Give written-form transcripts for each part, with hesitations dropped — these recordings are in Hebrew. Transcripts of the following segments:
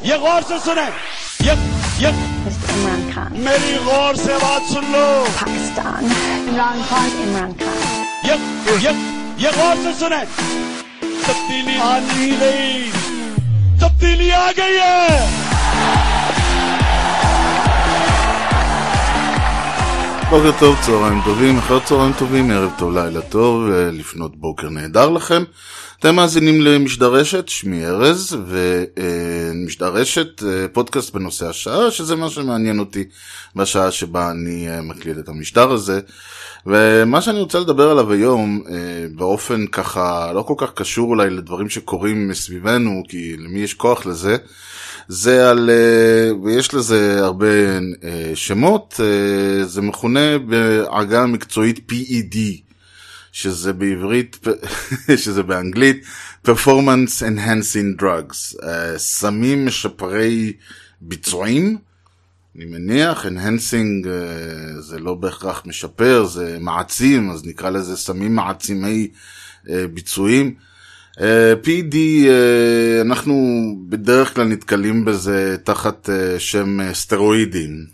ये गौर से सुने ये Mr. Imran Khan. मेरी गौर से बात सुन लो Pakistan. Imran Khan. Imran Khan. ये गौर से सुने तब्दीली आ नहीं गई तब्दीली आ गई है בוקר טוב, צהריים טובים, אחר צהריים טובים, ערב טוב, לילה טוב, לפנות בוקר נהדר לכם. אתם מאזינים למשדרשת, שמי ארז, ומשדרשת פודקאסט בנושא השעה, שזה מה שמעניין אותי בשעה שבה אני מקליט את המשדר הזה. ומה שאני רוצה לדבר עליו היום, באופן ככה, לא כל כך קשור אולי לדברים שקורים מסביבנו, כי למי יש כוח לזה, זה על, ויש לזה הרבה שמות, זה מכונה בעגה מקצועית PED, שזה בעברית, שזה באנגלית, Performance Enhancing Drugs, סמים משפרי ביצועים, אני מניח, Enhancing זה לא בהכרח משפר, זה מעצים, אז נקרא לזה סמים מעצימי ביצועים, PED, אנחנו בדרך כלל נתקלים בזה תחת שם סטרואידים,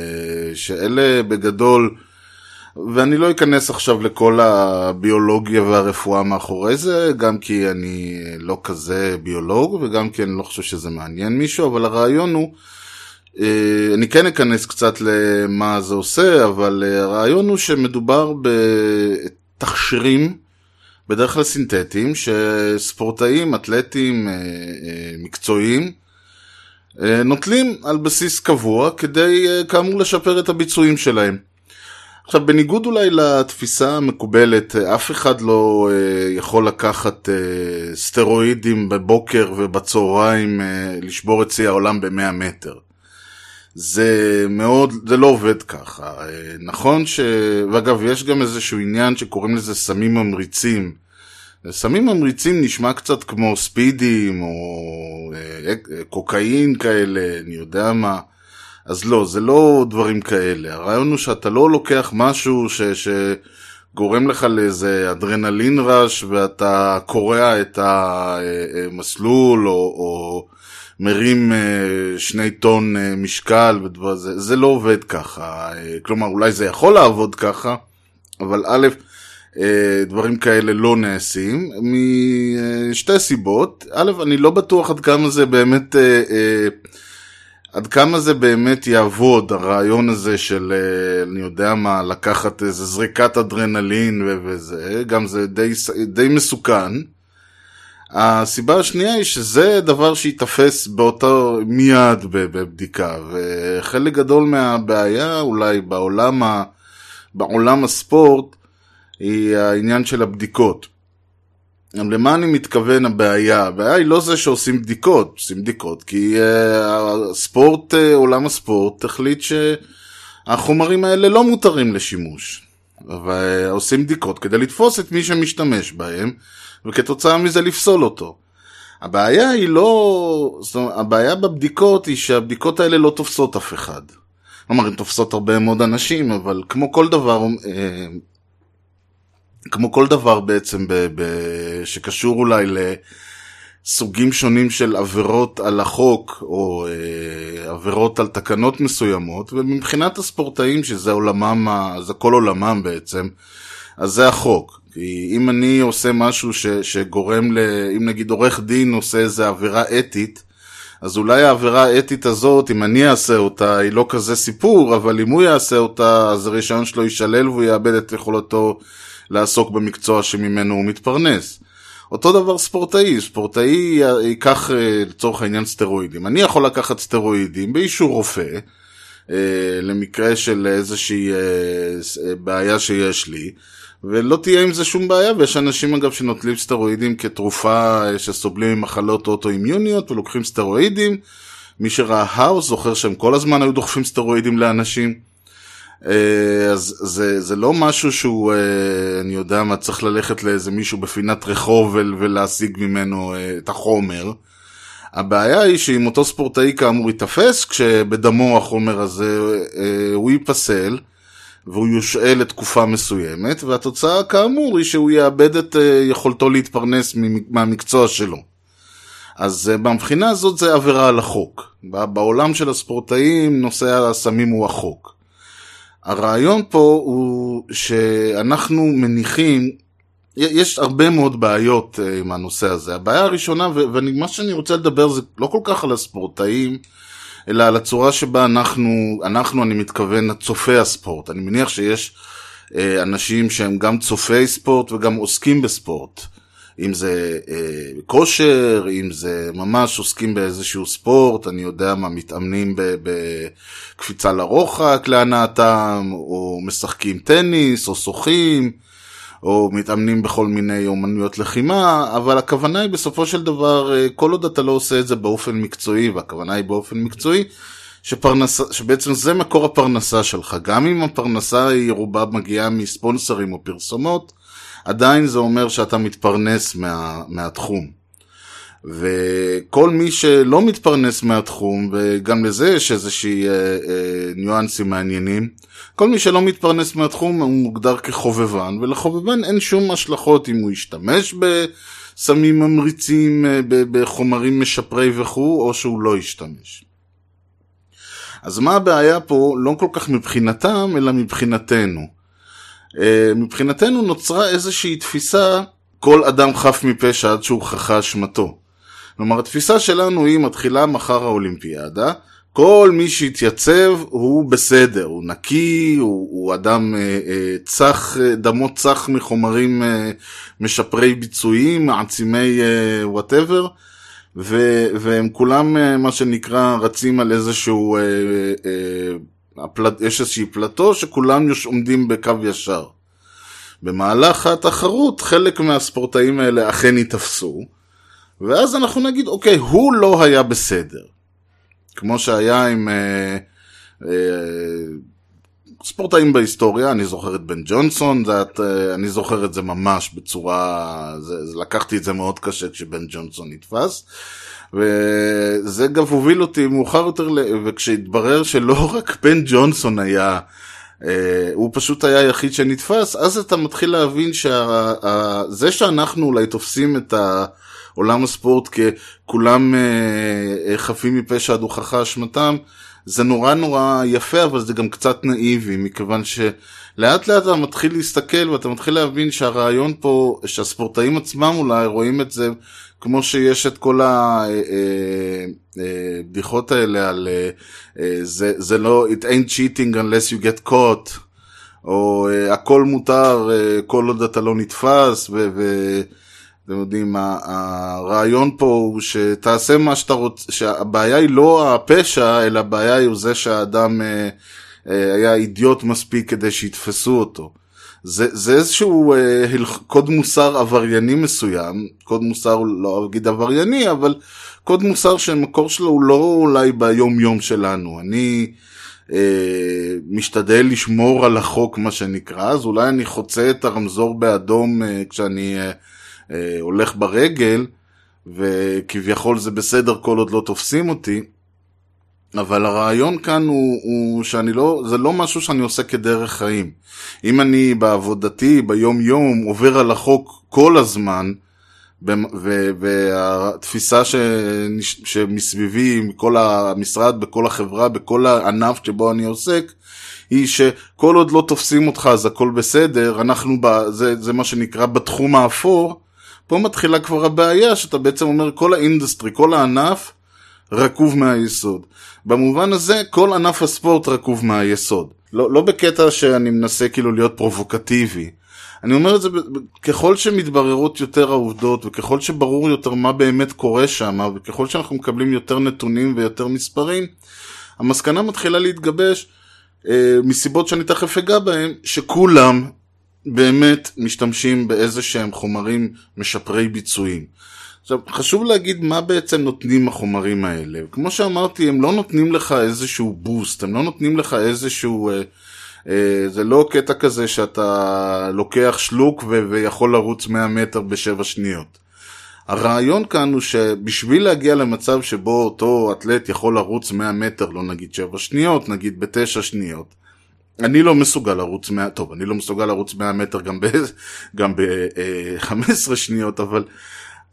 שאלה בגדול, ואני לא אכנס עכשיו לכל הביולוגיה והרפואה מאחורי זה, גם כי אני לא כזה ביולוג, וגם כי אני לא חושב שזה מעניין מישהו, אבל הרעיון הוא, אני כן אכנס קצת למה זה עושה, אבל הרעיון הוא שמדובר בתכשירים, בדרך כלל סינתטיים, שספורטאים, אתלטים, מקצועיים, נוטלים על בסיס קבוע, כדי כאמור לשפר את הביצועים שלהם. עכשיו, בניגוד אולי לתפיסה המקובלת, אף אחד לא יכול לקחת סטרואידים בבוקר ובצהריים, לשבור את שיא העולם ב100 מטר. זה לא עובד ככה. נכון ואגב, יש גם איזשהו עניין שקוראים לזה סמים ממריצים. סמים ממריצים נשמע קצת כמו ספידים או קוקאין כאלה, אני יודע מה. אז לא, זה לא דברים כאלה. הרעיון הוא שאתה לא לוקח משהו שגורם לך לאיזה אדרנלין רש, ואתה קורע את המסלול או מרים 2 טון משקל ודבר זה. זה לא עובד ככה. כלומר, אולי זה יכול לעבוד ככה, אבל א', דברים כאלה לא נעשים, משתי סיבות. א', אני לא בטוח עד כמה זה באמת יעבוד, הרעיון הזה של, אני יודע מה, לקחת איזה זריקת אדרנלין וזה, גם זה די מסוכן. הסיבה השנייה היא שזה דבר שיתפס באותו מיד בבדיקה, וחלק גדול מהבעיה אולי בעולם הספורט היא העניין של הבדיקות. למה אני מתכוון הבעיה? הבעיה היא לא זה שעושים בדיקות, כי עולם הספורט תחליט שהחומרים האלה לא מותרים לשימוש. ועושים בדיקות כדי לתפוס את מי שמשתמש בהם, וכתוצאה מזה לפסול אותו. הבעיה בבדיקות היא שהבדיקות האלה לא תופסות אף אחד. כלומר, הן תופסות הרבה מאוד אנשים, אבל כמו כל דבר בעצם שקשור אולי לסוגים שונים של עבירות על החוק או עבירות על תקנות מסוימות, ומבחינת הספורטאים שזה זה כל עולמם בעצם, אז זה החוק. כי אם אני עושה משהו שגורם אם נגיד עורך דין עושה איזה עבירה אתית, אז אולי העבירה האתית הזאת, אם אני אעשה אותה, היא לא כזה סיפור, אבל אם הוא יעשה אותה, אז הרישיון שלו יישלל והוא יאבד את יכולתו לעסוק במקצוע שממנו הוא מתפרנס. אותו דבר ספורטאי ייקח לצורך העניין סטרואידים. אני יכול לקחת סטרואידים באישור רופא, למקרה של איזושהי בעיה שיש לי, ולא תהיה עם זה שום בעיה, ויש אנשים אגב שנוטלים סטרואידים כתרופה שסובלים ממחלות אוטואימיוניות, ולוקחים סטרואידים. מי שראה האוס זוכר שהם כל הזמן היו דוחפים סטרואידים לאנשים. אז זה לא משהו שהוא, אני יודע מה, צריך ללכת לאיזה מישהו בפינת רחוב ולהשיג ממנו את החומר. הבעיה היא שאם אותו ספורטאי כאמור יתפס, כשבדמו החומר הזה הוא ייפסל, והוא יושאל לתקופה מסוימת, והתוצאה כאמור היא שהוא יאבד את יכולתו להתפרנס מהמקצוע שלו. אז מבחינה הזאת זה עבירה על החוק. בעולם של הספורטאים נושא הסמים הוא החוק. הרעיון פה הוא שאנחנו מניחים, יש הרבה מאוד בעיות עם הנושא הזה. הבעיה הראשונה, ומה שאני רוצה לדבר זה לא כל כך על הספורטאים, אלא על הצורה שבה אני מתכוון צופי הספורט. אני מניח שיש אנשים שהם גם צופי ספורט וגם עוסקים בספורט. אם זה כושר, אם זה ממש עוסקים באיזשהו ספורט, אני יודע מה, מתאמנים בקפיצה לרוחק להנאתם, או משחקים טניס, או שוחים, או מתאמנים בכל מיני אומנויות לחימה, אבל הכוונה היא בסופו של דבר, כל עוד אתה לא עושה את זה באופן מקצועי, והכוונה היא באופן מקצועי, שבעצם זה מקור הפרנסה שלך. גם אם הפרנסה היא רובה מגיעה מספונסרים או פרסומות, עדיין זה אומר שאתה מתפרנס מהתחום. וכל מי שלא מתפרנס מהתחום, וגם לזה יש איזושהי ניואנסים מעניינים, כל מי שלא מתפרנס מהתחום הוא מוגדר כחובבן, ולחובבן אין שום השלכות אם הוא ישתמש בסמים ממריצים, בחומרים משפרי וכו', או שהוא לא ישתמש. אז מה הבעיה פה? לא כל כך מבחינתם, אלא מבחינתנו. מבחינתנו נוצרה איזושהי תפיסה, כל אדם חף מפשע עד שהוא חכה אשמתו. כלומר, התפיסה שלנו היא מתחילה מחר האולימפיאדה, כל מי שהתייצב הוא בסדר, הוא נקי, הוא אדם צח, דמו צח מחומרים משפרי ביצועים, מעצימי whatever, והם כולם מה שנקרא רצים על איזשהו, יש איזושהי פלטו שכולם עומדים בקו ישר. במהלך התחרות חלק מהספורטאים האלה אכן יתפסו, ואז אנחנו נגיד, אוקיי, הוא לא היה בסדר. כמו שהיה עם ספורטאים בהיסטוריה, אני זוכר את בן ג'ונסון, אני זוכר את זה ממש בצורה, לקחתי את זה מאוד קשה כשבן ג'ונסון נתפס, וזה גם הוביל אותי מאוחר יותר, וכשהתברר שלא רק בן ג'ונסון היה, הוא פשוט היה היחיד שנתפס, אז אתה מתחיל להבין שזה שאנחנו אולי תופסים את עולם הספורט ככולם חפים מפשע עד הוכחה אשמתם, זה נורא נורא יפה, אבל זה גם קצת נאיבי, מכיוון שלאט לאט אתה מתחיל להסתכל ואתה מתחיל להבין שהרעיון פה, שהספורטאים עצמם אולי רואים את זה, כמו שיש את כל הבדיחות האלה על זה לא, it ain't cheating unless you get caught, או הכל מותר כל עוד אתה לא נתפס, אתם יודעים, הרעיון פה הוא שתעשה מה שאתה רוצה, שהבעיה היא לא הפשע, אלא הבעיה היא זה שהאדם היה אידיוט מספיק כדי שיתפסו אותו. זה איזשהו קוד מוסר עברייני מסוים, קוד מוסר לא אגיד עברייני, אבל קוד מוסר שהמקור שלו הוא לא אולי ביום יום שלנו. אני משתדל לשמור על החוק מה שנקרא, אז אולי אני חוצה את הרמזור באדום כשאני הולך ברגל, וכביכול זה בסדר כל עוד לא תופסים אותי, אבל הרעיון כאן הוא שאני לא, זה לא משהו שאני עושה כדרך חיים. אם אני בעבודתי, ביום יום, עובר על החוק כל הזמן, והתפיסה שמסביבי, מכל המשרד, בכל החברה, בכל הענף שבו אני עוסק, היא שכל עוד לא תופסים אותך אז הכל בסדר, זה מה שנקרא בתחום האפור, פה מתחילה כבר הבעיה, שאתה בעצם אומר כל האינדסטרי, כל הענף, רקוב מהיסוד. במובן הזה, כל ענף הספורט רקוב מהיסוד. לא בקטע שאני מנסה כאילו להיות פרובוקטיבי. אני אומר את זה, ככל שמתבררות יותר העובדות, וככל שברור יותר מה באמת קורה שם, וככל שאנחנו מקבלים יותר נתונים ויותר מספרים, המסקנה מתחילה להתגבש, מסיבות שאני תכף אגע בהם, שכולם באמת משתמשים באיזה שהם חומרים משפרי ביצועים. עכשיו, חשוב להגיד מה בעצם נותנים החומרים האלה. כמו שאמרתי, הם לא נותנים לך איזשהו בוסט, הם לא נותנים לך איזשהו, זה לא קטע כזה שאתה לוקח שלוק ויכול לרוץ 100 מטר ב7 שניות. הרעיון כאן הוא שבשביל להגיע למצב שבו אותו אתלט יכול לרוץ 100 מטר, לא נגיד 7 שניות, נגיד ב9 שניות. אני לא מסוגל לרוץ 100, טוב, אני לא מסוגל לרוץ 100 מטר גם ב15 שניות, אבל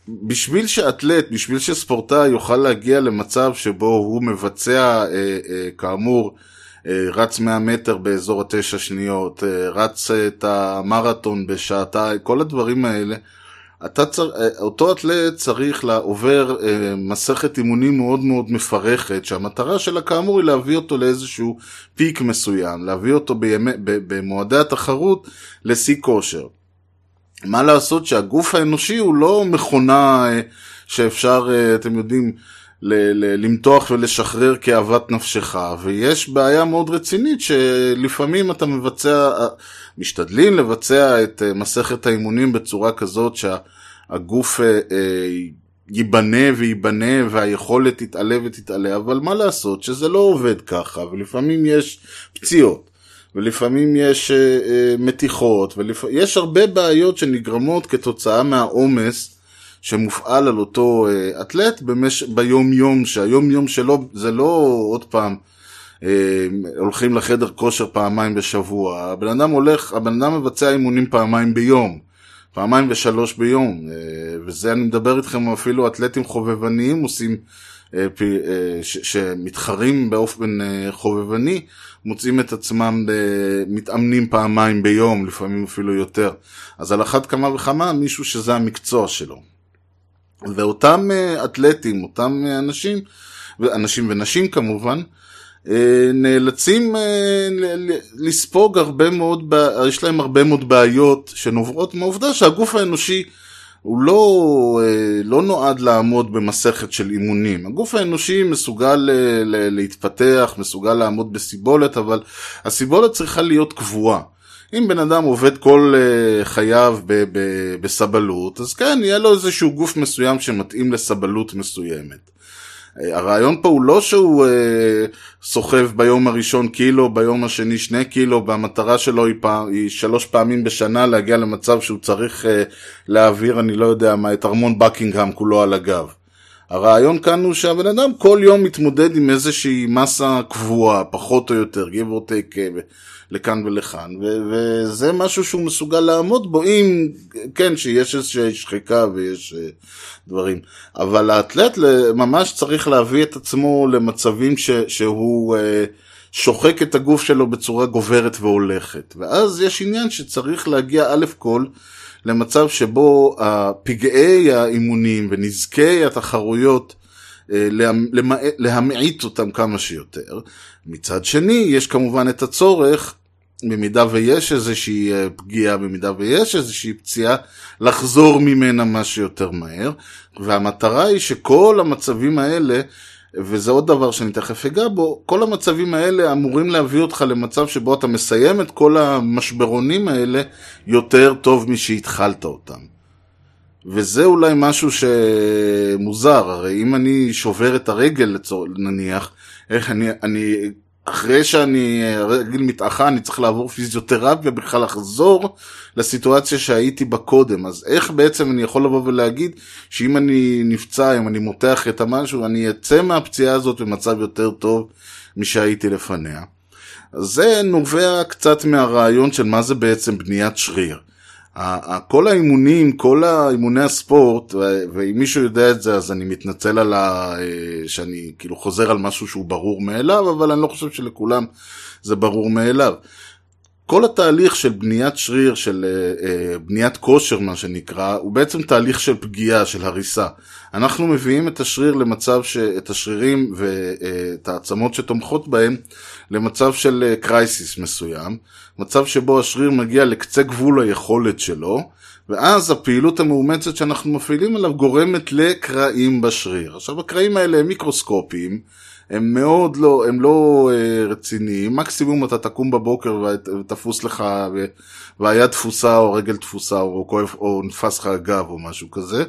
בשביל שספורטאי יוכל להגיע למצב שבו הוא מבצע, כאמור, רץ 100 מטר באזור 9 שניות, רץ את המרתון בשעתיים, כל הדברים האלה, אותו אתלט צריך לעובר מסכת אימונים מאוד מאוד מפרכת, שהמטרה שלה כאמור היא להביא אותו לאיזשהו פיק מסוים, להביא אותו במועדי התחרות לשיא כושר. מה לעשות שהגוף האנושי הוא לא מכונה שאפשר, אתם יודעים, למתוח ולשחרר כאוות נפשך, ויש בעיה מאוד רצינית שלפעמים אתה משתדלים לבצע את מסכת האימונים בצורה כזאת שהגוף ייבנה ויבנה והיכולת תתעלה ותתעלה, אבל מה לעשות שזה לא עובד ככה, ולפעמים יש פציעות, ולפעמים יש מתיחות, יש הרבה בעיות שנגרמות כתוצאה מהעומס שמופעל על אותו אתלט ביום יום, שהיום יום שלו זה לא עוד פעם הולכים לחדר כושר פעמיים בשבוע, הבן אדם מבצע אימונים פעמיים ביום, פעמיים ושלוש ביום, וזה אני מדבר איתכם אפילו אתלטים חובבניים עושים, שמתחרים באופן חובבני, מוצאים את עצמם מתאמנים פעמיים ביום, לפעמים אפילו יותר, אז על אחת כמה וכמה מישהו שזה המקצוע שלו. ואותם אתלטים, אותם אנשים ונשים כמובן, נאלצים לספוג הרבה מאוד, יש להם הרבה מאוד בעיות שנובעות מהעובדה שהגוף האנושי הוא לא נועד לעמוד במסכת של אימונים. הגוף האנושי מסוגל להתפתח, מסוגל לעמוד בסיבולת, אבל הסיבולת צריכה להיות קבועה. אם בן אדם עובד כל חייו בסבלות, אז כן, יהיה לו איזשהו גוף מסוים שמתאים לסבלות מסוימת. הרעיון פה הוא לא שהוא סוחב ביום הראשון קילו, ביום השני 2 קילו, והמטרה שלו היא 3 פעמים בשנה להגיע למצב שהוא צריך להעביר, אני לא יודע מה, את ארמון בקינגהאם כולו על הגב. הרעיון כאן הוא שהבן אדם כל יום מתמודד עם איזושהי מסה קבועה, פחות או יותר, give or take, לכאן ולכאן, וזה משהו שהוא מסוגל לעמוד בו, אם כן, שיש איזושהי שחיקה ויש דברים. אבל האתלט ממש צריך להביא את עצמו למצבים שהוא שוחק את הגוף שלו בצורה גוברת והולכת. ואז יש עניין שצריך להגיע א' כל למצב שבו פגעי האימונים ונזקי התחרויות להמעיט אותם כמה שיותר. מצד שני, יש כמובן את הצורך, במידה ויש איזושהי פגיעה, במידה ויש איזושהי פציעה, לחזור ממנה מה שיותר מהר. והמטרה היא שכל המצבים האלה, וזה עוד דבר שאני תכף אגע בו, כל המצבים האלה אמורים להביא אותך למצב שבו אתה מסיים את כל המשברונים האלה יותר טוב משהתחלת אותם. וזה אולי משהו שמוזר, הרי אם אני שובר את הרגל נניח, איך אני אחרי הרגל מתאחה, אני צריך לעבור פיזיותרפיה בכלל לחזור לסיטואציה שהייתי בה קודם. אז איך בעצם אני יכול לבוא ולהגיד שאם אני נפצע, אם אני מותח את המשהו, אני אצא מהפציעה הזאת במצב יותר טוב משהייתי לפניה. זה נובע קצת מהרעיון של מה זה בעצם בניית שריר. כל האימונים, כל האימוני הספורט, ואם מישהו יודע את זה, אז אני מתנצל על שאני כאילו חוזר על משהו שהוא ברור מאליו, אבל אני לא חושב שלכולם זה ברור מאליו. כל התהליך של בניית שריר, של בניית כושר מה שנקרא, הוא בעצם תהליך של פגיעה, של הריסה. אנחנו מביאים את השריר למצב, את השרירים ואת העצמות שתומכות בהם, למצב של קרייסיס מסוים, מצב שבו השריר מגיע לקצה גבול היכולת שלו, ואז הפעילות המאומצת שאנחנו מפעילים עליו גורמת לקרעים בשריר. עכשיו הקרעים האלה הם מיקרוסקופיים, הם מאוד לא רציניים, מקסימום אתה תקום בבוקר ותפוס לך והיד תפוסה או רגל תפוסה או נפס לך הגב או משהו כזה,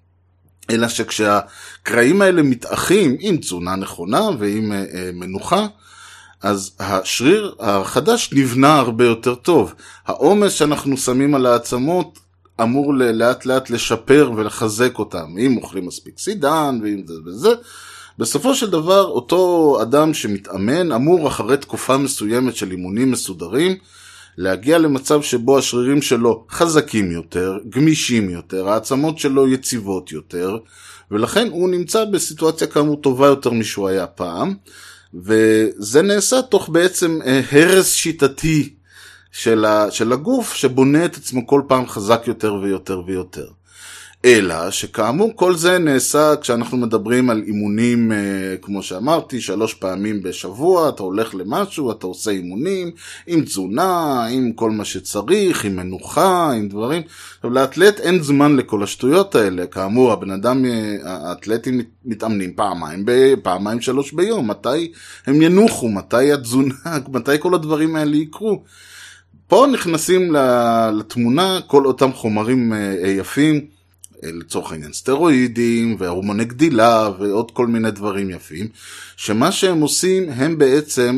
אלא שכשהקרעים האלה מתאחים עם תזונה נכונה ועם מנוחה, אז השריר החדש נבנה הרבה יותר טוב. העומס שאנחנו שמים על העצמות אמור לאט לאט לשפר ולחזק אותם, אם אוכלים מספיק סידן ואם זה וזה. בסופו של דבר, אותו אדם שמתאמן אמור אחרי תקופה מסוימת של אימונים מסודרים, להגיע למצב שבו השרירים שלו חזקים יותר, גמישים יותר, העצמות שלו יציבות יותר, ולכן הוא נמצא בסיטואציה כאמור טובה יותר משהוא היה פעם, וזה נעשה תוך בעצם הרס שיטתי של הגוף, שבונה את עצמו כל פעם חזק יותר ויותר ויותר. אלא שכאמור כל זה נעשה כשאנחנו מדברים על אימונים, כמו שאמרתי, 3 פעמים בשבוע, אתה הולך למשהו, אתה עושה אימונים, עם תזונה, עם כל מה שצריך, עם מנוחה, עם דברים. לאתלט אין זמן לכל השטויות האלה, כאמור, האתלטים מתאמנים פעמיים 3 ביום, מתי הם ינוחו, מתי התזונה, מתי כל הדברים האלה יקרו. פה נכנסים לתמונה כל אותם חומרים יפים, לצורך העניין סטרואידים והורמוני גדילה ועוד כל מיני דברים יפים, שמה שהם עושים הם בעצם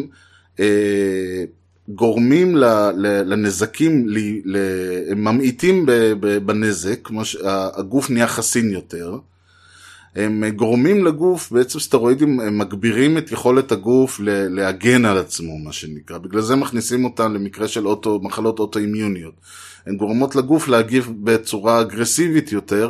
גורמים לנזקים, הם ממעיטים בנזק, הגוף נהיה חסין יותר, הם גורמים לגוף, בעצם סטרואידים הם מגבירים את יכולת הגוף להגן על עצמו, מה שנקרא, בגלל זה מכניסים אותם למקרה של מחלות אוטואימיוניות. הן גורמות לגוף להגיב בצורה אגרסיבית יותר,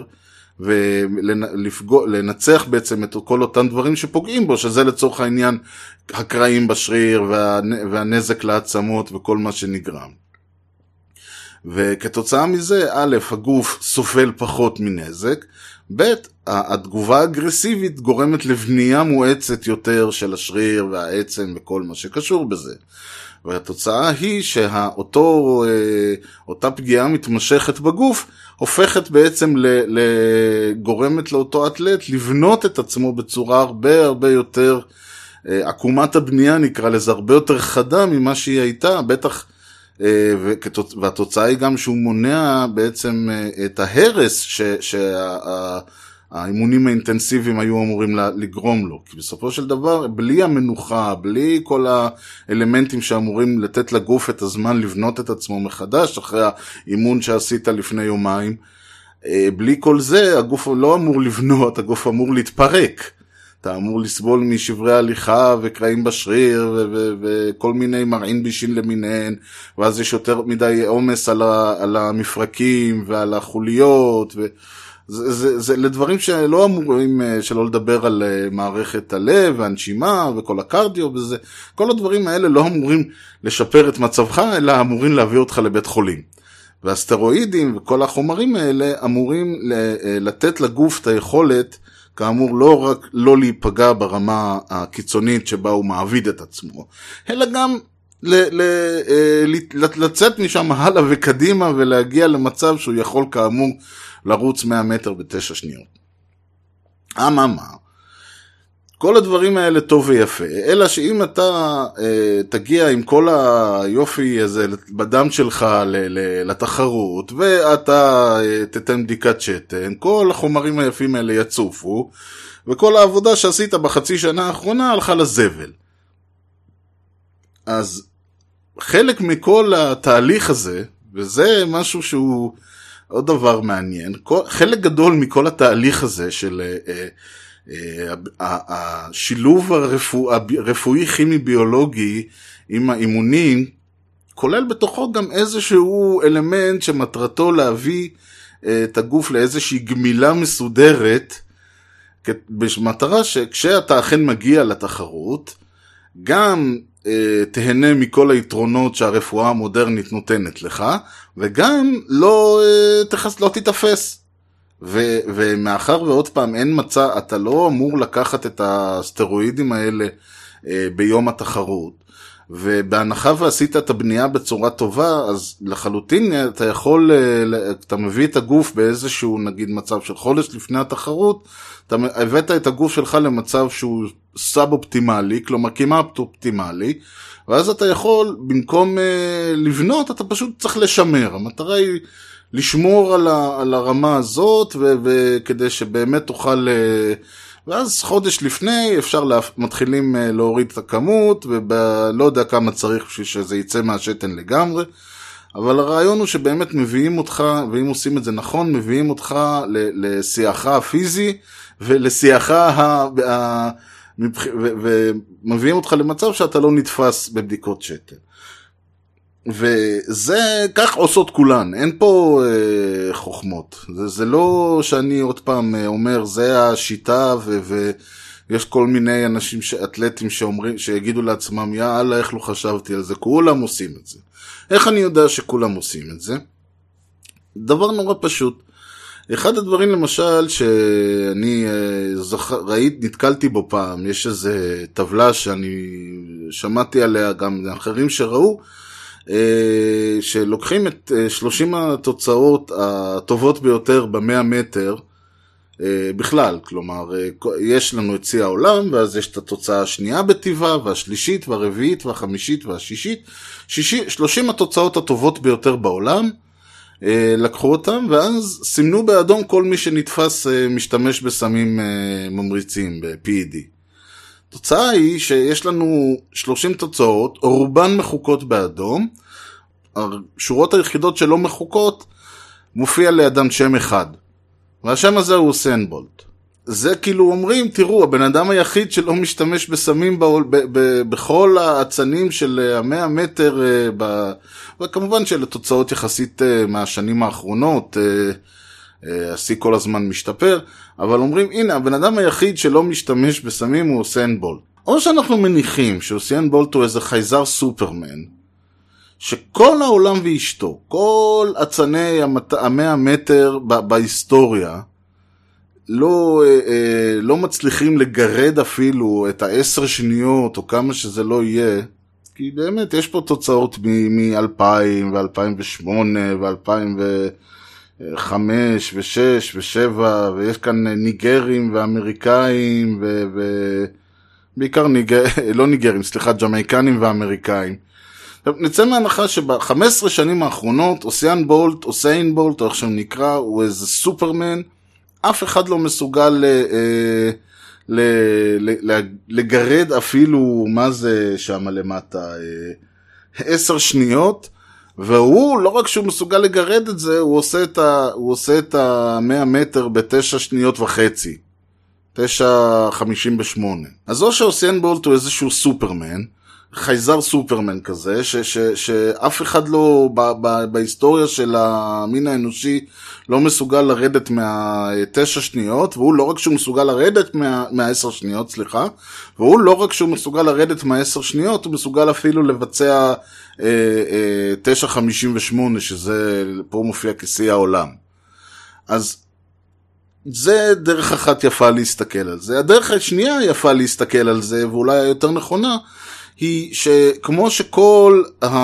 ולנצח בעצם את כל אותם דברים שפוגעים בו, שזה לצורך העניין הקרעים בשריר והנזק לעצמות וכל מה שנגרם. וכתוצאה מזה, א', הגוף סובל פחות מנזק, ב', התגובה האגרסיבית גורמת לבנייה מואצת יותר של השריר והעצם וכל מה שקשור בזה. והתוצאה היא שאותה פגיעה מתמשכת בגוף, הופכת בעצם גורמת לאותו אתלט לבנות את עצמו בצורה הרבה יותר, עקומת הבנייה נקרא לזה, הרבה יותר חדה ממה שהיא הייתה, בטח, והתוצאה היא גם שהוא מונע בעצם את ההרס האימונים האינטנסיביים היו אמורים לגרום לו, כי בסופו של דבר, בלי המנוחה, בלי כל האלמנטים שאמורים לתת לגוף את הזמן לבנות את עצמו מחדש, אחרי האימון שעשית לפני יומיים, בלי כל זה, הגוף לא אמור לבנות, הגוף אמור להתפרק. אתה אמור לסבול משברי הליכה וקרעים בשריר וכל מיני מרעין בישין למיניהן, ואז יש יותר מדי עומס על המפרקים ועל החוליות זה לדברים שלא אמורים, שלא לדבר על מערכת הלב והנשימה וכל הקרדיו וזה, כל הדברים האלה לא אמורים לשפר את מצבך, אלא אמורים להביא אותך לבית חולים. והסטרואידים וכל החומרים האלה אמורים לתת לגוף את היכולת, כאמור לא רק לא להיפגע ברמה הקיצונית שבה הוא מעביד את עצמו, אלא גם לצאת משם הלאה וקדימה ולהגיע למצב שהוא יכול כאמור לרוץ 100 מטר ב9 שניות. כל הדברים האלה טוב ויפה, אלא שאם אתה תגיע עם כל היופי הזה בדם שלך לתחרות, ואתה תתן בדיקת שתן, כל החומרים היפים האלה יצופו, וכל העבודה שעשית בחצי שנה האחרונה הלכה לזבל. אז חלק מכל התהליך הזה, וזה משהו שהוא עוד דבר מעניין, חלק גדול מכל התהליך הזה של השילוב הרפואי כימי ביולוגי עם האימונים, כולל בתוכו גם איזשהו אלמנט שמטרתו להביא את הגוף לאיזושהי גמילה מסודרת, במטרה שכשאתה אכן מגיע לתחרות, גם תהנה מכל היתרונות שהרפואה המודרנית נותנת לך, וגם לא תתאפס. ומאחר ועוד פעם אין מצע, אתה לא אמור לקחת את הסטרואידים האלה ביום התחרות, ובהנחה ועשית את הבנייה בצורה טובה, אז לחלוטין אתה יכול, אתה מביא את הגוף באיזשהו נגיד מצב של חודש לפני התחרות, אתה הבאת את הגוף שלך למצב שהוא סאב-אופטימלי, כלומר כמעט אופטימלי, ואז אתה יכול, במקום לבנות, אתה פשוט צריך לשמר. המטרה היא לשמור על הרמה הזאת, וכדי שבאמת תוכל, ואז חודש לפני אפשר מתחילים להוריד את הכמות, ולא יודע כמה צריך בשביל שזה יצא מהשתן לגמרי, אבל הרעיון הוא שבאמת מביאים אותך, ואם עושים את זה נכון, מביאים אותך לשיאך הפיזי, ולשיאך ומביאים אותך למצב שאתה לא נתפס בבדיקות שתן. וזה, כך עושות כולן, אין פה חוכמות. זה לא שאני עוד פעם אומר, זה השיטה, ויש כל מיני אנשים, אתלטים שיגידו לעצמם, יאללה, איך לא חשבתי על זה, כולם עושים את זה. איך אני יודע שכולם עושים את זה? דבר נורא פשוט. אחד הדברים למשל שאני נתקלתי בו פעם, יש איזו טבלה שאני שמעתי עליה גם אחרים שראו, שלוקחים את 30 התוצאות הטובות ביותר ב100 מטר בכלל, כלומר יש לנו את צי העולם, ואז יש את התוצאה השנייה בטבעה, והשלישית והרביעית והחמישית והשישית, 30 התוצאות הטובות ביותר בעולם, לקחו אותם, ואז סימנו באדום כל מי שנתפס משתמש בסמים ממריצים, ב-PED. התוצאה היא שיש לנו 30 תוצאות, רובן מחוקות באדום, השורות היחידות שלא מחוקות, מופיע לידם שם אחד, והשם הזה הוא אוסיין בולט. זה כאילו אומרים, תראו, הבן אדם היחיד שלא משתמש בסמים בכל העצנים של 100 מטר, וכמובן שאלה תוצאות יחסית מהשנים האחרונות, השיא כל הזמן משתפר, אבל אומרים, הנה, הבן אדם היחיד שלא משתמש בסמים הוא אוסיין בולט. או שאנחנו מניחים שאוסיין בולט הוא איזה חייזר סופרמן, שכל העולם ואשתו, כל עצני 100 מטר בהיסטוריה, לא מצליחים לגרד אפילו את 10 שניות או כמה שזה לא יהיה, כי באמת יש פה תוצאות מ-2000 ו-2008 ו-2005 ו-6 ו-7, ויש כאן ניגרים ואמריקאים ובעיקר ג'מייקנים ואמריקאים. נצא מהנחה שב-15 שנים האחרונות אוסיין בולט, או איך שהוא נקרא, הוא איזה סופרמן, אף אחד לא מסוגל לגרד אפילו, מה זה שם למטה, 10 שניות, והוא, לא רק שהוא מסוגל לגרד את זה, הוא עושה את 100 מטר ב9 שניות וחצי, 9:58. אז או שאוסיין בולט הוא איזשהו סופרמן, חייזר סופרמן כזה, שאף אחד לא, בהיסטוריה של המין האנושי, לא מסוגל לרדת מה9 שניות, והוא לא רק שהוא מסוגל לרדת מה10 שניות, והוא לא רק שהוא מסוגל לרדת מה10 שניות, הוא מסוגל אפילו לבצע 9:58, שזה פה מופיע כשיא העולם. אז זה דרך אחת יפה להסתכל על זה. הדרך השנייה יפה להסתכל על זה, ואולי היותר נכונה, היא שכמו שכל,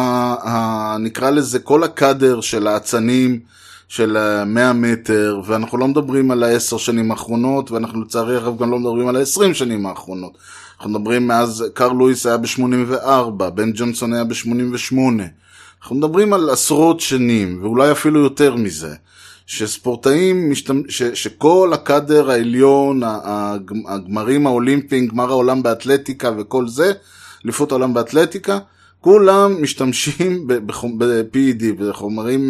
נקרא לזה, כל הקדר של העצנים של 100 מטר, ואנחנו לא מדברים על 10 שנים האחרונות, ואנחנו לצערי הרב גם לא מדברים על 20 שנים האחרונות. אנחנו מדברים מאז, קרל לואיס היה ב-84, בן ג'ונסון היה ב-88. אנחנו מדברים על עשרות שנים, ואולי אפילו יותר מזה, שספורטאים, שכל הקדר העליון, הגמרים האולימפיים, גמר העולם באתלטיקה וכל זה, אליפות העולם באתלטיקה, כולם משתמשים ב-PED, בחומרים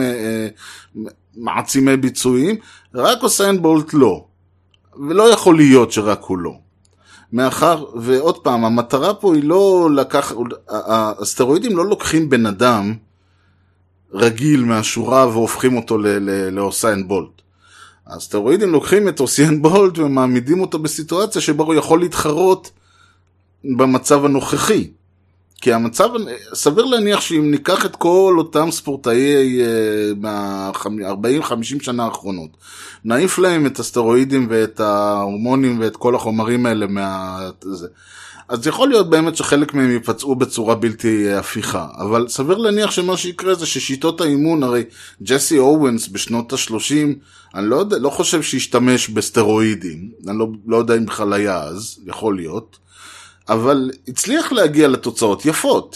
מעצימי ביצועים, רק אוסיין בולט לא. ולא יכול להיות שרק הוא לא. מאחר, ועוד פעם, המטרה פה היא לא הסטרואידים לא לוקחים בן אדם רגיל מהשורה והופכים אותו לאוסיין בולט. הסטרואידים לוקחים את אוסיין בולט ומעמידים אותו בסיטואציה שבה הוא יכול להתחרות במצב הנוכחי. כי המצב, סביר להניח שאם ניקח את כל אותם ספורטאי מה-40-50 שנה האחרונות, נעיף להם את הסטרואידים ואת ההורמונים ואת כל החומרים האלה אז יכול להיות באמת שחלק מהם יפצעו בצורה בלתי הפיכה, אבל סביר להניח שמה שיקרה זה ששיטות האימון, הרי ג'סי אוונס בשנות ה-30, אני לא חושב שישתמש בסטרואידים, אני לא יודע אם בכלל היה אז, יכול להיות, אבל הצליח להגיע לתוצאות יפות.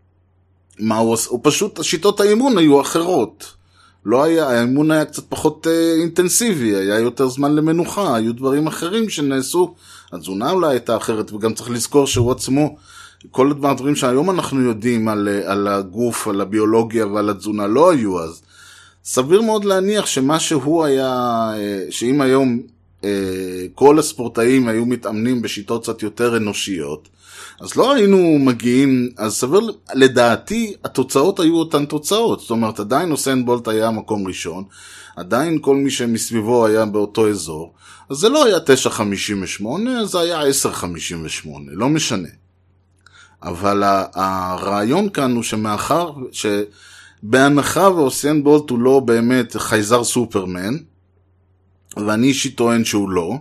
הוא פשוט, שיטות האימון היו אחרות. לא היה, האימון היה קצת פחות אינטנסיבי, היה יותר זמן למנוחה, היו דברים אחרים שנעשו, התזונה אולי הייתה אחרת, וגם צריך לזכור שהוא עצמו, כל הדברים שהיום אנחנו יודעים על הגוף, על הביולוגיה ועל התזונה, לא היו אז. סביר מאוד להניח שמה שהוא היה, שאם היום כל הספורטאים היו מתאמנים בשיטות קצת יותר אנושיות, אז לא היינו מגיעים, אז סביר, לדעתי התוצאות היו אותן תוצאות, זאת אומרת עדיין אוסיין בולט היה מקום ראשון, עדיין כל מי שמסביבו היה באותו אזור, אז זה לא היה 9.58, זה היה 10.58, לא משנה. אבל הרעיון כאן הוא שמאחר, שבהנחה ואוסיין בולט הוא לא באמת חייזר סופרמן, ואני אישית טוען שהוא לא,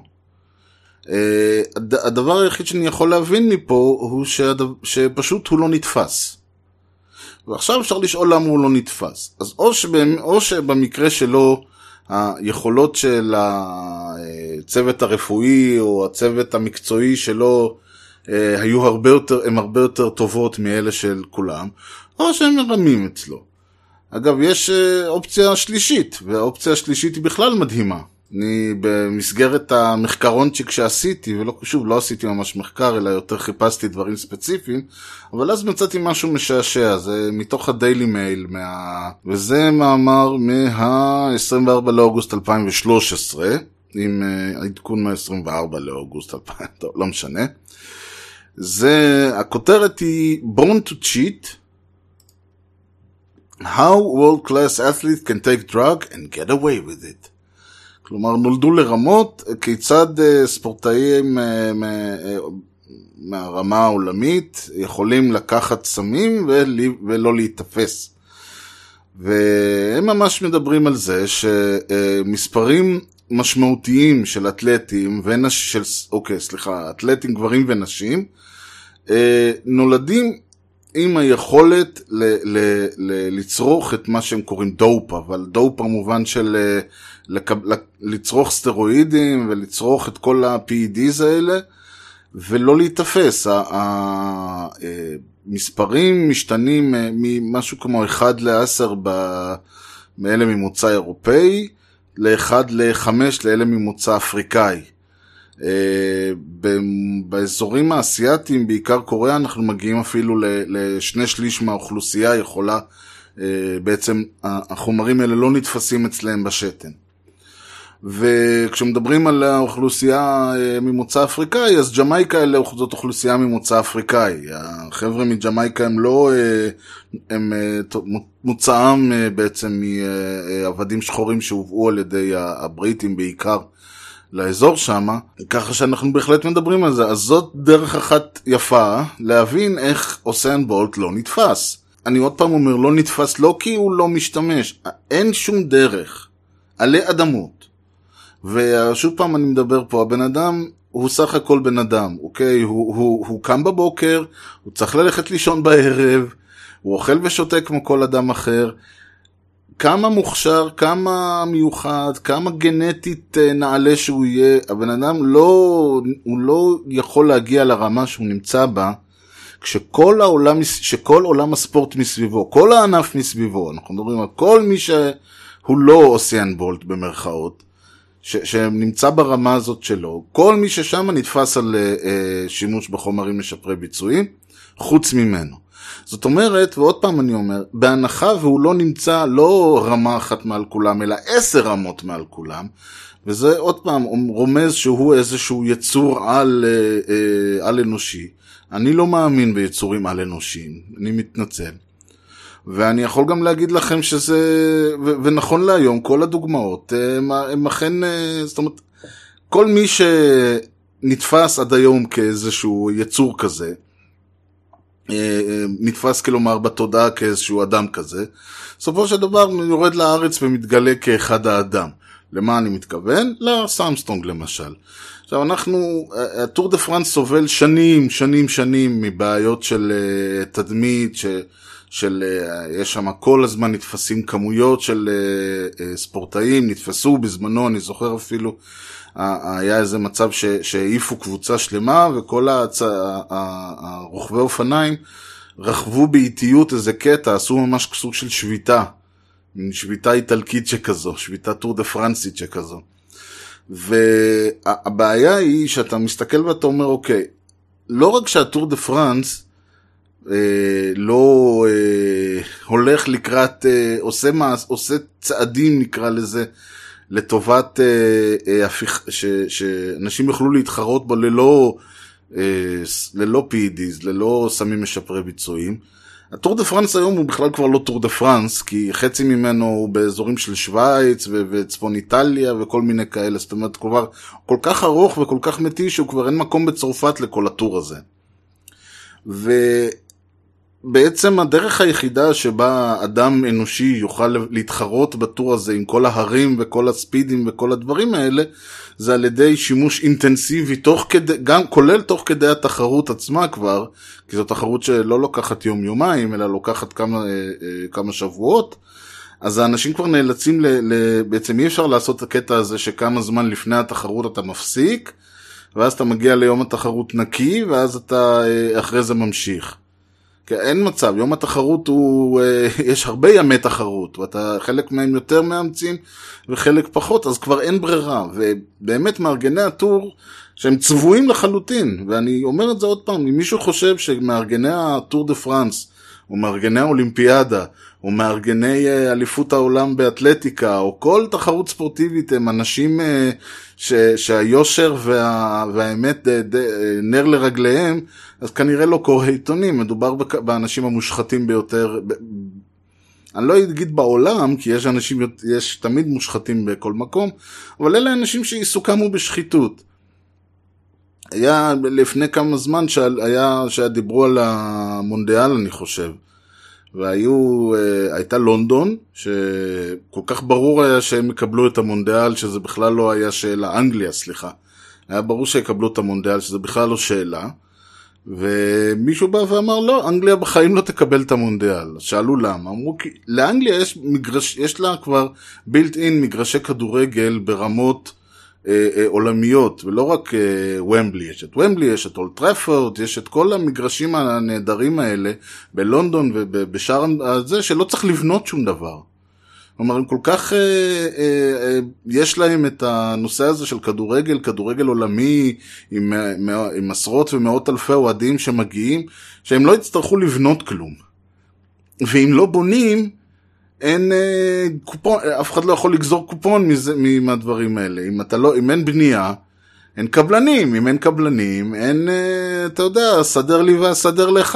הדבר היחיד שאני יכול להבין מפה הוא שפשוט הוא לא נתפס. ועכשיו אפשר לשאול למה הוא לא נתפס. אז או שבמקרה שלו היכולות של הצוות הרפואי או הצוות המקצועי שלו היו הם הרבה יותר טובות מאלה של כולם, או שהם מרמים אצלו. אגב, יש אופציה שלישית, והאופציה השלישית היא בכלל מדהימה. אני במסגרת המחקרונצ'יק שעשיתי, ושוב, לא עשיתי ממש מחקר, אלא יותר חיפשתי דברים ספציפיים, אבל אז מצאתי משהו משעשע, זה מתוך הדיילי מייל, וזה מאמר מה-24 לאוגוסט 2013, עם העדכון מה-24 לאוגוסט 2000, לא משנה. הכותרת היא Born to Cheat, How World Class Athletes Can Take Drug and Get Away with It. כלומר, נולדו לרמות, כיצד ספורטאים מהרמה העולמית יכולים לקחת סמים ולא להתאפס. והם ממש מדברים על זה שמספרים משמעותיים של אתלטים, אתלטים גברים ונשים, נולדים עם היכולת לצרוך את מה שהם קוראים דופ, אבל דופ במובן של לצרוך סטרואידים ולצרוך את כל ה-PEDs האלה ולא להתאפס. המספרים משתנים ממשהו כמו 1 ל-10 מאלה ממוצא אירופאי ל-1 ל-5 לאלה ממוצא אפריקאי. באזורים האסייתיים, בעיקר קוריאה, אנחנו מגיעים אפילו ל2/3 מהאוכלוסייה יכולה, בעצם החומרים האלה לא נתפסים אצלהם בשתן. וכשמדברים על האוכלוסייה ממוצא אפריקאי, אז ג'מייקה האלה זאת אוכלוסייה ממוצא אפריקאי. החבר'ה מג'מייקה הם לא, הם מוצאם בעצם מעבדים שחורים שהובאו על ידי הבריטים בעיקר לאזור שם, ככה שאנחנו בהחלט מדברים על זה. אז זאת דרך אחת יפה להבין איך אוסיין בולט לא נתפס. אני עוד פעם אומר, לא נתפס לא כי הוא לא משתמש, אין שום דרך, עלי אדמות. ושוב פעם אני מדבר פה, הבן אדם הוא סך הכל בן אדם, אוקיי? הוא קם בבוקר, הוא צריך ללכת לישון בערב, הוא אוכל ושותה כמו כל אדם אחר. כמה מוכשר, כמה מיוחד, כמה גנטית נעלה שהוא יהיה, הבן אדם הוא לא יכול להגיע לרמה שהוא נמצא בה, כשכל עולם הספורט מסביבו, כל הענף מסביבו, אנחנו מדברים על כל מי שהוא לא אוסיין בולט במרכאות, שנמצא ברמה הזאת שלו, כל מי ששם נתפס על שימוש בחומרים משפרי ביצועים, חוץ ממנו. זאת אומרת, ועוד פעם אני אומר, בהנחה והוא לא נמצא לא רמה אחת מעל כולם, אלא 10 רמות מעל כולם, וזה עוד פעם רומז שהוא איזשהו יצור על אנושי. אני לא מאמין ביצורים על אנושיים, אני מתנצל. ואני יכול גם להגיד לכם שזה, ונכון להיום, כל הדוגמאות, הם אכן, זאת אומרת, כל מי שנתפס עד היום כאיזשהו יצור כזה, נתפס כלומר בתודעה כאיזשהו אדם כזה, בסופו של דבר יורד לארץ ומתגלה כאחד האדם. למה אני מתכוון? לסאמסטרונג למשל. עכשיו הטור דה פרנס סובל שנים מבעיות של תדמית, יש שם כל הזמן נתפסים כמויות של ספורטאים, נתפסו בזמנו, אני זוכר אפילו, היה איזה מצב שהעיפו קבוצה שלמה, וכל הרוכבי אופניים רכבו באיטיות איזה קטע, עשו ממש סוג של שביתה, שביתה איטלקית שכזו, שביתה טור דה פרנסית שכזו. והבעיה היא שאתה מסתכל ואתה אומר, אוקיי, לא רק שהטור דה פרנס לא הולך לקראת, עושה צעדים נקרא לזה, לטובת שאנשים יוכלו להתחרות בו ללא PEDs, ללא סמים משפרי ביצועים. הטור דה פרנס היום הוא בכלל כבר לא טור דה פרנס, כי חצי ממנו הוא באזורים של שוויץ וצפון איטליה וכל מיני כאלה, זאת אומרת כבר כל כך ארוך וכל כך מתיש שהוא כבר אין מקום בצרפת לכל הטור הזה. ובעצם הדרך היחידה שבה אדם אנושי יוכל להתחרות בטור הזה עם כל ההרים וכל הספידים וכל הדברים האלה, זה על ידי שימוש אינטנסיבי, גם כולל תוך כדי התחרות עצמה כבר, כי זו תחרות שלא לוקחת יום-יומיים, אלא לוקחת כמה שבועות, אז האנשים כבר נאלצים, בעצם אי אפשר לעשות את הקטע הזה שכמה זמן לפני התחרות אתה מפסיק, ואז אתה מגיע ליום התחרות נקי, ואז אתה אחרי זה ממשיך. כי אין מצב, יום התחרות יש הרבה ימי תחרות, ואתה חלק מהם יותר מאמצים וחלק פחות, אז כבר אין ברירה, ובאמת מארגני הטור שהם צבועים לחלוטין, ואני אומר את זה עוד פעם, אם מישהו חושב שמארגני הטור דה פרנס, או מארגני האולימפיאדה, או מארגני אליפות העולם באתלטיקה, או כל תחרות ספורטיבית, הם אנשים שהיושר והאמת נר לרגליהם, אז כנראה לא קורא עיתונים, מדובר באנשים המושחתים ביותר, אני לא אגיד בעולם, כי יש תמיד מושחתים בכל מקום, אבל אלה אנשים שעיסוקם הוא בשחיתות. היה לפני כמה זמן שדיברו על המונדיאל, אני חושב, הייתה לונדון, שכל כך ברור היה שהם יקבלו את המונדיאל, שזה בכלל לא היה שאלה, אנגליה, סליחה. היה ברור שיקבלו את המונדיאל, שזה בכלל לא שאלה, ומישהו בא ואמר, לא, אנגליה בחיים לא תקבל את המונדיאל. שאלו למה? אמרו, כי לאנגליה יש לה כבר בילט אין מגרשי כדורגל ברמות עולמיות, ולא רק ומבלי, יש את ומבלי, יש את אולד טראפורד, יש את כל המגרשים הנהדרים האלה בלונדון ובשאר הזה, שלא צריך לבנות שום דבר. כלומר, הם כל כך, יש להם את הנושא הזה של כדורגל עולמי, עם עשרות ומאות אלפי אוהדים שמגיעים, שהם לא יצטרכו לבנות כלום. ואם לא בונים, אין קופון, אף אחד לא יכול לגזור קופון מהדברים האלה. אם אין בנייה, אין קבלנים. אם אין קבלנים, אין, אתה יודע, סדר לי והסדר לך.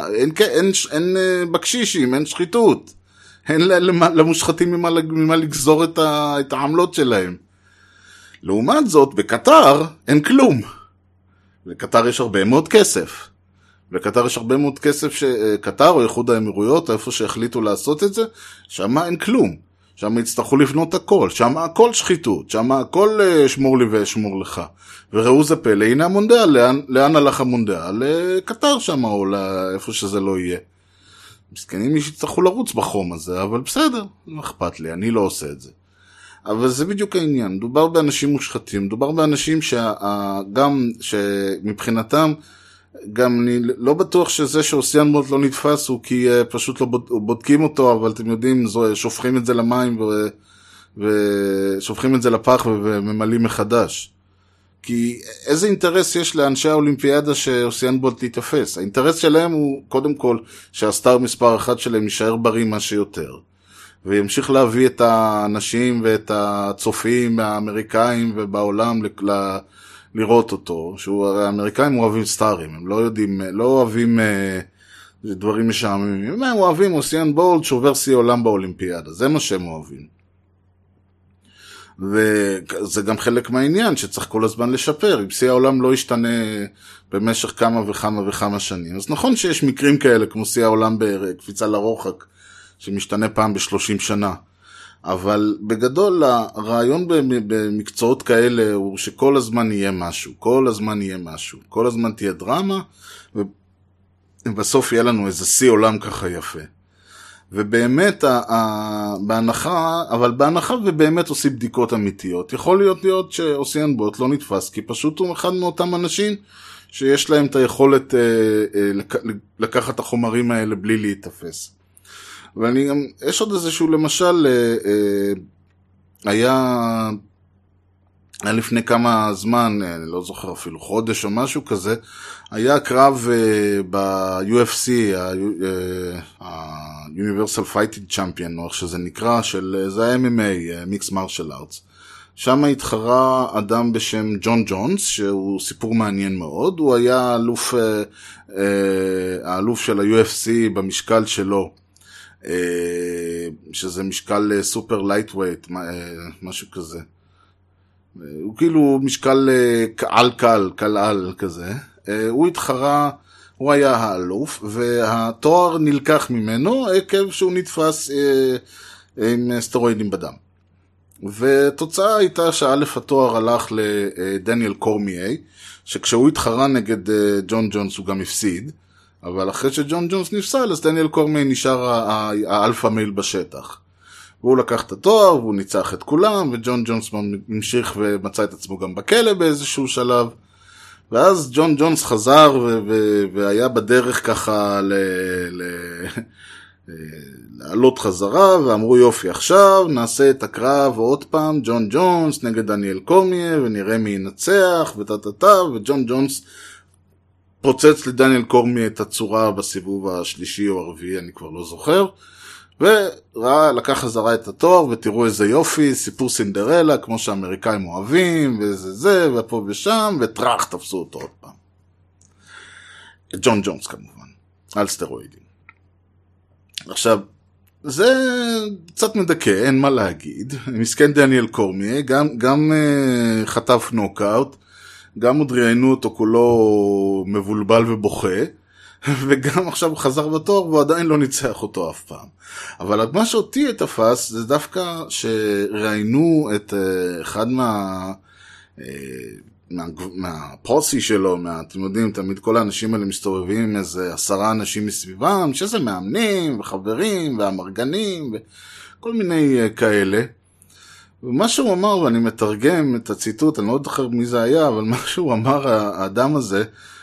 אין בקשישים, אין שחיתות. אין למושחתים ממה לגזור את העמלות שלהם. לעומת זאת, בקטר אין כלום. בקטר יש הרבה מאוד כסף. בקטר יש הרבה מאוד כסף שקטר או איחוד האמירויות, איפה שהחליטו לעשות את זה, שם אין כלום. שם יצטרכו לבנות הכל. שם הכל שחיתות. שם הכל שמור לי ואשמור לך. וראו זה פלא, הנה המונדיאל. לאן הלך המונדיאל? לקטר שם או לאיפה שזה לא יהיה. מסכנים מי שיצטרכו לרוץ בחום הזה, אבל בסדר, לא אכפת לי, אני לא עושה את זה. אבל זה בדיוק העניין, מדובר באנשים מושחתים, מדובר באנשים גם שמבחינתם, גם אני לא בטוח שזה שאוסיאן בולט לא נתפס, הוא כי פשוט לא בודקים אותו, אבל אתם יודעים, שופכים את זה למים ושופכים את זה לפח וממלאים מחדש. כי איזה אינטרס יש לאנשי האולימפיאדה שאוסיאן בולט יתפס? האינטרס שלהם הוא קודם כל שהסטאר מספר אחד שלהם יישאר בריא מה שיותר. וימשיך להביא את האנשים ואת הצופים האמריקאים ובעולם לראות אותו. האמריקאים אוהבים סטארים, הם לא אוהבים דברים משעממים. הם אוהבים אוסיאן בולט שובר שיא עולם באולימפיאדה, זה מה שהם אוהבים. וזה גם חלק מהעניין שצריך כל הזמן לשפר, אם שיא העולם לא ישתנה במשך כמה שנים. אז נכון שיש מקרים כאלה כמו שיא העולם בקפיצה לרוחק שמשתנה פעם ב-30 שנה, אבל בגדול הרעיון במקצועות כאלה הוא שכל הזמן יהיה משהו, כל הזמן תהיה דרמה, ובסוף יהיה לנו איזה שיא עולם ככה יפה. ובאמת, בהנחה ובאמת עושים בדיקות אמיתיות, יכול להיות שאוסיאן בולט לא נתפס, כי פשוט הוא אחד מאותם אנשים שיש להם את היכולת לקחת את החומרים האלה בלי להתאפס. ואני גם, יש עוד איזשהו, למשל, היה לפני כמה זמן, אני לא זוכר אפילו חודש או משהו כזה, היה קרב ב-UFC, ה-Universal Fighting Champion, או איך שזה נקרא, זה ה-MMA, Mixed Martial Arts. שם התחרה אדם בשם ג'ון ג'ונס, שהוא סיפור מעניין מאוד. הוא היה האלוף של ה-UFC במשקל שלו, שזה משקל סופר לייטווייט, משהו כזה. הוא כאילו משקל קל כזה. הוא התחרה, הוא היה האלוף, והתואר נלקח ממנו עקב שהוא נתפס עם סטרואידים בדם. ותוצאה הייתה שאלף התואר הלך לדניאל קורמיי, שכשהוא התחרה נגד ג'ון ג'ונס הוא גם הפסיד, אבל אחרי שג'ון ג'ונס נפסל, אז דניאל קורמיי נשאר האלפא מייל בשטח. והוא לקח את התואר, והוא ניצח את כולם, וג'ון ג'ונס המשיך ומצא את עצמו גם בכלא באיזשהו שלב. ואז ג'ון ג'ונס חזר והיה בדרך ככה לעלות חזרה, ואמרו יופי, עכשיו נעשה את הקרב עוד פעם, ג'ון ג'ונס נגד דניאל קורמיי, ונראה מי ינצח, וג'ון ג'ונס פוצץ לדניאל קורמיי את הצורה בסיבוב השלישי או הרביעי, אני כבר לא זוכר, ולקח חזרה את התואר, ותראו איזה יופי, סיפור סינדרלה, כמו שהאמריקאים אוהבים, וזה, ופה ושם, וטרח תפסו אותו עוד פעם. ג'ון ג'ונס כמובן, על סטרואידים. עכשיו, זה קצת מדכא, אין מה להגיד. מסכן דניאל קורמיי, גם חטף נוקאוט, גם עוד ראיינו אותו כולו מבולבל ובוכה, וגם עכשיו הוא חזר בתואר והוא עדיין לא ניצח אותו אף פעם. אבל מה שאותי תפס זה דווקא שראיינו את אחד מהפוסי שלו, אתם יודעים, תמיד כל האנשים האלה מסתובבים עם איזה 10 אנשים מסביבם, שזה מאמנים וחברים והמרגנים וכל מיני כאלה. ומה שהוא אמר, ואני מתרגם את הציטוט, אני לא זוכר מי זה היה, אבל מה שהוא אמר, האדם הזה,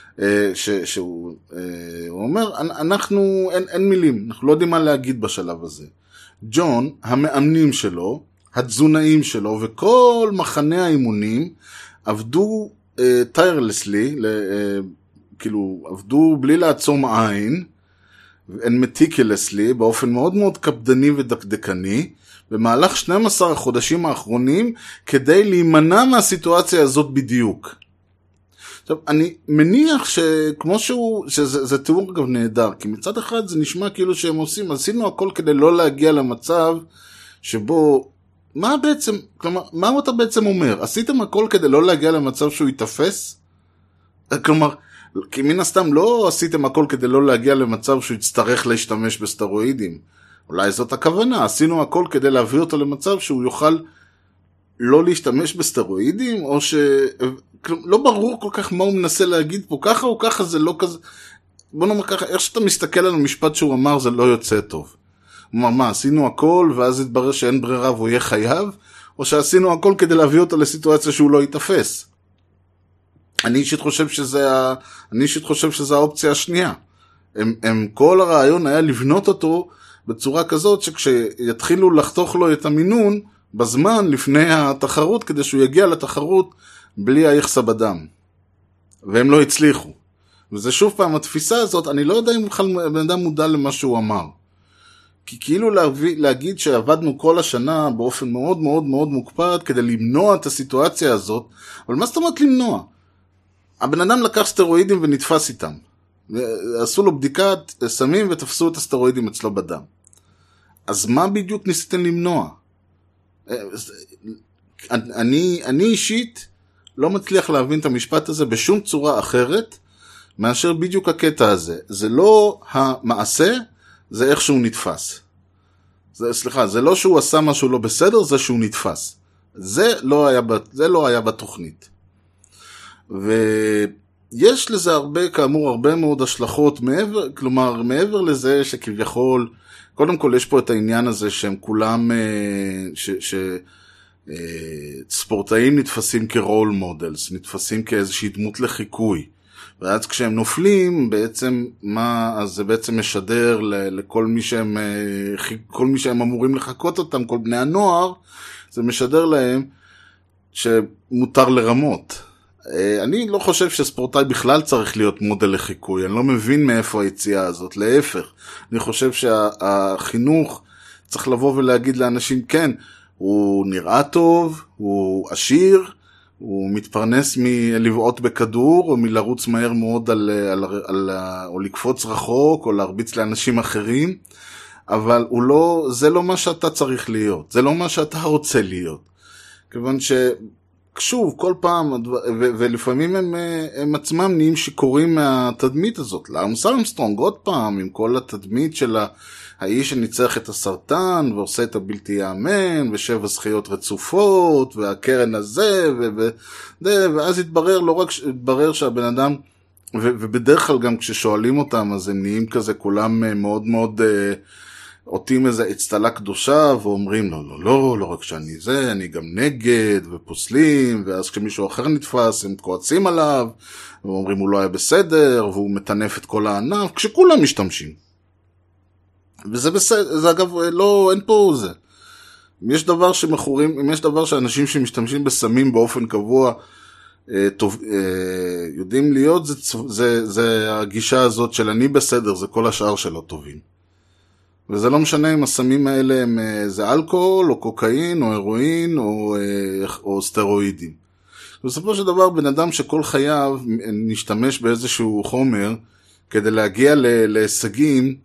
שהוא אומר, אנחנו, אין מילים, אנחנו לא יודעים מה להגיד בשלב הזה. ג'ון, המאמנים שלו, התזונאים שלו, וכל מחנה האימונים, עבדו tirelessly, כאילו, עבדו בלי לעצום עין, and meticulously, באופן מאוד מאוד קפדני ודקדקני, במהלך 12 החודשים האחרונים, כדי להימנע מהסיטואציה הזאת בדיוק. עכשיו, אני מניח שכמו שזה תיאור אגב נהדר, כי מצד אחד זה נשמע כאילו שהם עשינו הכל כדי לא להגיע למצב שבו, מה בעצם, כלומר, מה אתה בעצם אומר? עשיתם הכל כדי לא להגיע למצב שהוא יתפס? כלומר, כי מן הסתם לא עשיתם הכל כדי לא להגיע למצב שהוא יצטרך להשתמש בסטרואידים. אולי זאת הכוונה, עשינו הכל כדי להביא אותו למצב שהוא יוכל לא להשתמש בסטרואידים, או לא ברור כל כך מה הוא מנסה להגיד פה, ככה או ככה זה לא כזה, בוא נאמר ככה, איך שאתה מסתכל על המשפט שהוא אמר זה לא יוצא טוב. הוא אמר, מה, עשינו הכל ואז התברר שאין ברירה והוא יהיה חייב, או שעשינו הכל כדי להביא אותו לסיטואציה שהוא לא יתפס. אני אישית חושב שזה האופציה השנייה. כל הרעיון היה לבנות אותו בצורה כזאת שכשיתחילו לחתוך לו את המינון בזמן לפני התחרות, כדי שהוא יגיע לתחרות בלי היחסה בדם. והם לא הצליחו. וזה שוב פעם, התפיסה הזאת, אני לא יודע אם בכלל בן אדם מודע למה שהוא אמר. כי כאילו להגיד שעבדנו כל השנה באופן מאוד מאוד מאוד מוקפד כדי למנוע את הסיטואציה הזאת, אבל מה זאת אומרת למנוע? הבן אדם לקח סטרואידים ונתפס איתם. עשו לו בדיקת סמים ותפסו את הסטרואידים אצלו בדם. אז מה בדיוק ניסיתם למנוע? אני אישית לא מצליח להבין את המשפט הזה בשום צורה אחרת מאשר בדיוק הקטע הזה. זה לא המעשה, זה איך שהוא נתפס. זה לא שהוא עשה משהו לא בסדר, זה שהוא נתפס. זה לא היה בתוכנית. ויש לזה כאמור הרבה מאוד השלכות מעבר לזה שכביכול, קודם כל יש פה את העניין הזה שהם כולם, ספורטאים נתפסים כרול מודלס, נתפסים כאיזושהי דמות לחיקוי. ואז כשהם נופלים, אז זה בעצם משדר לכל כל מי שהם אמורים לחכות אותם, כל בני הנוער, זה משדר להם שמותר לרמות. אני לא חושב שספורטאי בכלל צריך להיות מודל לחיקוי, אני לא מבין מאיפה היציאה הזאת, להפך. אני חושב שהחינוך צריך לבוא ולהגיד לאנשים, כן, הוא נראה טוב, הוא עשיר, הוא מתפרנס מלבעוט בכדור, או מלרוץ מהר מאוד או לקפוץ רחוק, או להרביץ לאנשים אחרים, אבל זה לא מה שאתה צריך להיות, זה לא מה שאתה רוצה להיות. כיוון שוב, כל פעם, ולפעמים הם עצמם נהיים שיכורים מהתדמית הזאת. לארמס ארמסטרונג עוד פעם, עם כל התדמית של האיש שניצח את הסרטן, ועושה את הבלתי יאמן, ו7 זכיות רצופות, והקרן הזה, ואז התברר שהבן אדם, ובדרך כלל גם כששואלים אותם, אז הם נהיים כזה, כולם מאוד מאוד עוטים איזה אצטלה קדושה, ואומרים לא רק שאני זה, אני גם נגד, ופוסלים, ואז כשמישהו אחר נתפס, הם כועצים עליו, ואומרים הוא לא היה בסדר, והוא מטנף את כל הענף, כשכולם משתמשים. וזה בסדר, זה אגב, אין פה זה. אם יש דבר שאנשים שמשתמשים בסמים באופן קבוע, יודעים להיות, זה הגישה הזאת של אני בסדר, זה כל השאר שלא טובים. וזה לא משנה אם הסמים האלה זה אלכוהול, או קוקאין, או הרואין, או סטרואידים. בסופו של דבר, בן אדם שכל חייו נשתמש באיזשהו חומר, כדי להגיע להישגים,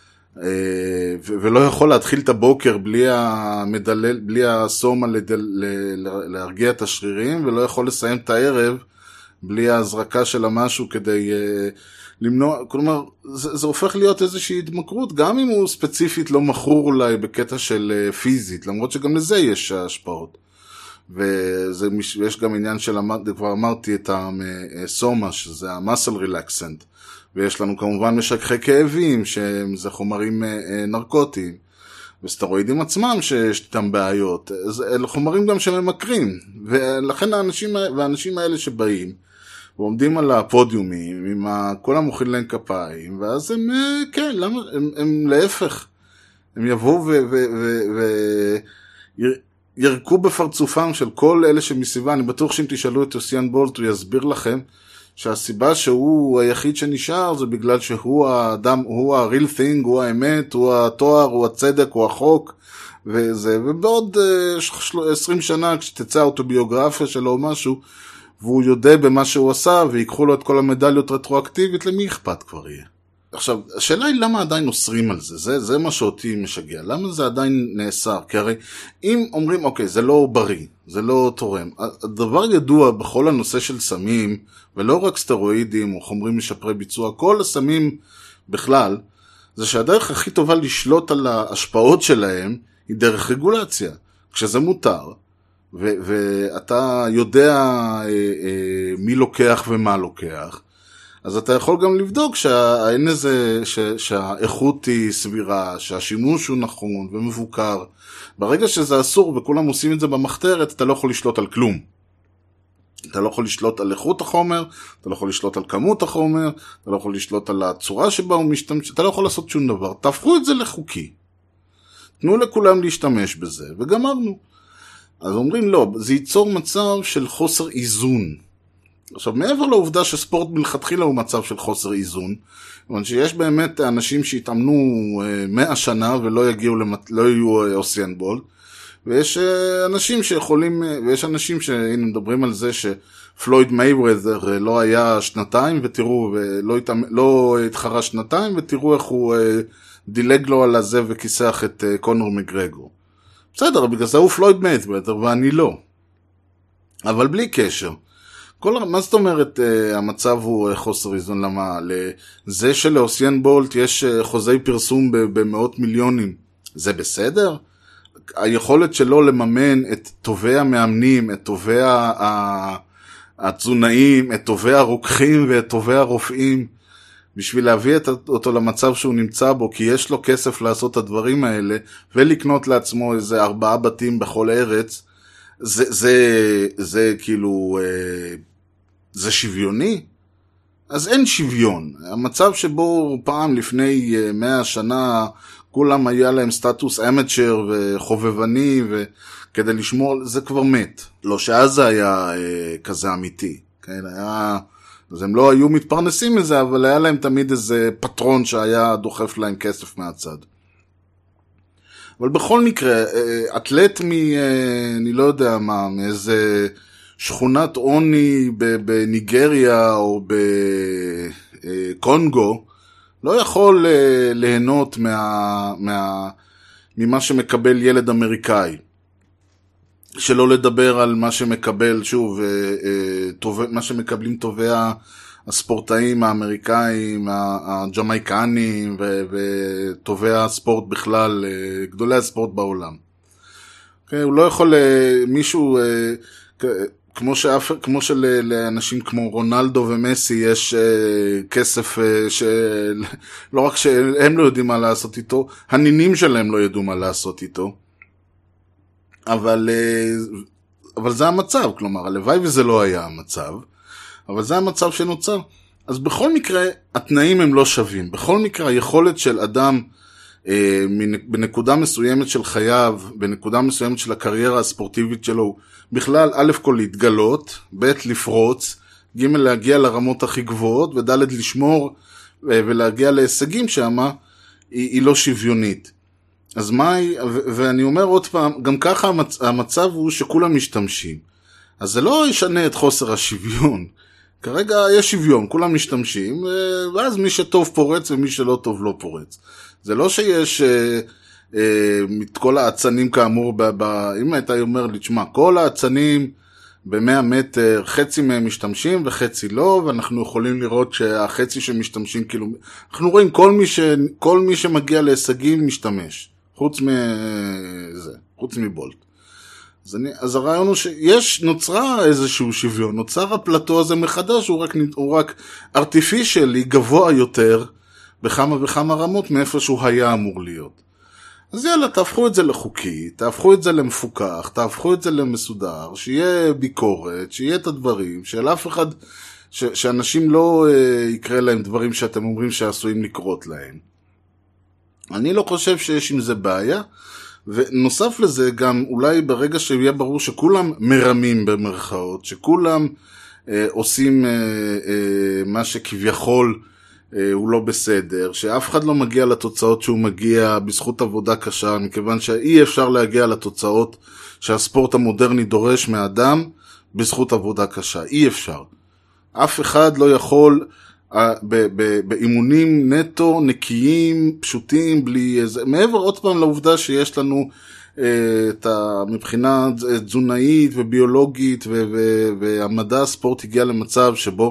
ולא יכול להתחיל את הבוקר בלי הסומה להרגיע את השרירים, ולא יכול לסיים את הערב בלי ההזרקה של המשהו כדי למנוע, כלומר, זה הופך להיות איזושהי התמכרות, גם אם הוא ספציפית לא מכור אולי בקטע של פיזית, למרות שגם לזה יש השפעות. ויש גם עניין של, כבר אמרתי את הסומה, שזה המסל רילקסנט, ויש לנו כמובן משככי כאבים, שזה חומרים נרקוטיים, וסטרואידים עצמם שיש איתם בעיות, אלה חומרים גם שממכרים, ולכן האנשים האלה שבאים, ועומדים על הפודיומים, עם כל המוחאים להם כפיים, ואז הם, כן, למה, הם להפך, הם יבואו וירקו בפרצופם של כל אלה שמסביבה. אני בטוח שאם תשאלו את יוסיאן בולט, הוא יסביר לכם, שהסיבה שהוא היחיד שנשאר, זה בגלל שהוא האדם, הוא ה-real thing, הוא האמת, הוא התואר, הוא הצדק, הוא החוק, ובעוד 20 שנה, כשתצא האוטוביוגרפיה שלו או משהו, והוא יודע במה שהוא עשה, ויקחו לו את כל המדליות רטרואקטיבית, למי אכפת כבר יהיה? עכשיו, השאלה היא למה עדיין אוסרים על זה? זה מה שאותי משגע. למה זה עדיין נאסר? כי הרי אם אומרים, אוקיי, זה לא בריא, זה לא תורם. הדבר ידוע בכל הנושא של סמים, ולא רק סטרואידים או חומרים משפרי ביצוע, כל הסמים בכלל, זה שהדרך הכי טובה לשלוט על ההשפעות שלהם, היא דרך רגולציה. כשזה מותר, ואתה יודע מי לוקח ומה לוקח, אז אתה יכול גם לבדוק שהאיכות היא סבירה, שהשימוש הוא נכון ומבוקר. ברגע שזה אסור וכולם עושים את זה במחתרת, אתה לא יכול לשלוט על כלום. אתה לא יכול לשלוט על איכות החומר, אתה לא יכול לשלוט על כמות החומר, אתה לא יכול לשלוט על הצורה שבה הוא משתמש, אתה לא יכול לעשות שום דבר. תהפכו את זה לחוקי. תנו לכולם להשתמש בזה, וגמרנו. אז אומרים לא, זה ייצור מצב של חוסר איזון. עכשיו, מעבר לעובדה שספורט מלכתחילה הוא מצב של חוסר איזון, אבל שיש באמת אנשים שהתאמנו 100 שנה ולא לא יהיו אוסיאן בולט, ויש אנשים שיכולים, ויש אנשים שהנה מדברים על זה שפלויד מייווית'ר לא היה שנתיים, ותראו, לא התחרה שנתיים, ותראו איך הוא דילג לו על הזה וכיסח את קונור מגרגור. בסדר, בגלל זה הוא פלויד מייווית'ר ואני לא. אבל בלי קשר. מה זאת אומרת המצב הוא חוסר איזון? למה? לזה שלאוסיאן בולט יש חוזי פרסום במאות מיליונים. זה בסדר? היכולת שלו לממן את טובי המאמנים, את טובי התזונאים, את טובי הרוקחים ואת טובי הרופאים, בשביל להביא אותו למצב שהוא נמצא בו, כי יש לו כסף לעשות את הדברים האלה, ולקנות לעצמו איזה 4 בתים בכל ארץ, זה כאילו, זה שוויוני? אז אין שוויון. המצב שבו פעם לפני 100 שנה, כולם היה להם סטטוס אמצ'ר וחובבני, וכדי לשמור, זה כבר מת. לא שאז זה היה כזה אמיתי. כן, אז הם לא היו מתפרנסים מזה, אבל היה להם תמיד איזה פטרון שהיה דוחף להם כסף מהצד. אבל בכל מקרה, אתלט אני לא יודע מה, מאיזה שכונת עוני בניגריה או בקונגו, לא יכול ליהנות ממה שמקבל ילד אמריקאי. שלא לדבר על מה שמקבל, שוב, מה שמקבלים טובי הספורטאים האמריקאים, הג'מייקנים וטובי הספורט בכלל, גדולי הספורט בעולם. הוא לא יכול מישהו, כמו שלאנשים כמו רונלדו ומסי יש כסף שלא רק שהם לא יודעים מה לעשות איתו, הנינים שלהם לא ידעו מה לעשות איתו. אבל זה המצב, כלומר, הלוואי וזה לא היה המצב, אבל זה המצב שנוצר. אז בכל מקרה, התנאים הם לא שווים. בכל מקרה, היכולת של אדם בנקודה מסוימת של חייו, בנקודה מסוימת של הקריירה הספורטיבית שלו, בכלל, א' כל להתגלות, ב' לפרוץ, ג' להגיע לרמות הכי גבוהות, וד' לשמור ולהגיע להישגים שמה, היא לא שוויונית. אז ואני אומר עוד פעם, גם ככה המצב הוא שכולם משתמשים. אז זה לא ישנה את חוסר השוויון. כרגע יש שוויון, כולם משתמשים, ואז מי שטוב פורץ ומי שלא טוב לא פורץ. זה לא שיש את כל העצנים כאמור, אם היית אומר לי, תשמע, כל העצנים ב-100 מטר, חצי מהם משתמשים וחצי לא, ואנחנו יכולים לראות שהחצי שמשתמשים, כאילו, אנחנו רואים כל מי שמגיע להישגים משתמש. חוץ מבולט. אז הרעיון הוא נוצרה איזשהו שוויון, נוצר הפלטו הזה מחדש, הוא רק ארטיפישלי גבוה יותר בכמה וכמה רמות מאיפה שהוא היה אמור להיות. אז יאללה, תהפכו את זה לחוקי, תהפכו את זה למפוקח, תהפכו את זה למסודר, שיהיה ביקורת, שיהיה את הדברים, שאף אחד, שאנשים לא יקרה להם דברים שאתם אומרים שעשויים לקרות להם. אני לא חושב שיש עם זה בעיה, ונוסף לזה גם אולי ברגע שיהיה ברור שכולם מרמים במרכאות, שכולם עושים מה שכביכול הוא לא בסדר, שאף אחד לא מגיע לתוצאות שהוא מגיע בזכות עבודה קשה, מכיוון שאי אפשר להגיע לתוצאות שהספורט המודרני דורש מאדם בזכות עבודה קשה, אי אפשר. אף אחד לא יכול באימונים נטו, נקיים, פשוטים, בלי איזה, מעבר עוד פעם לעובדה שיש לנו מבחינה תזונאית וביולוגית והמדע הספורט הגיע למצב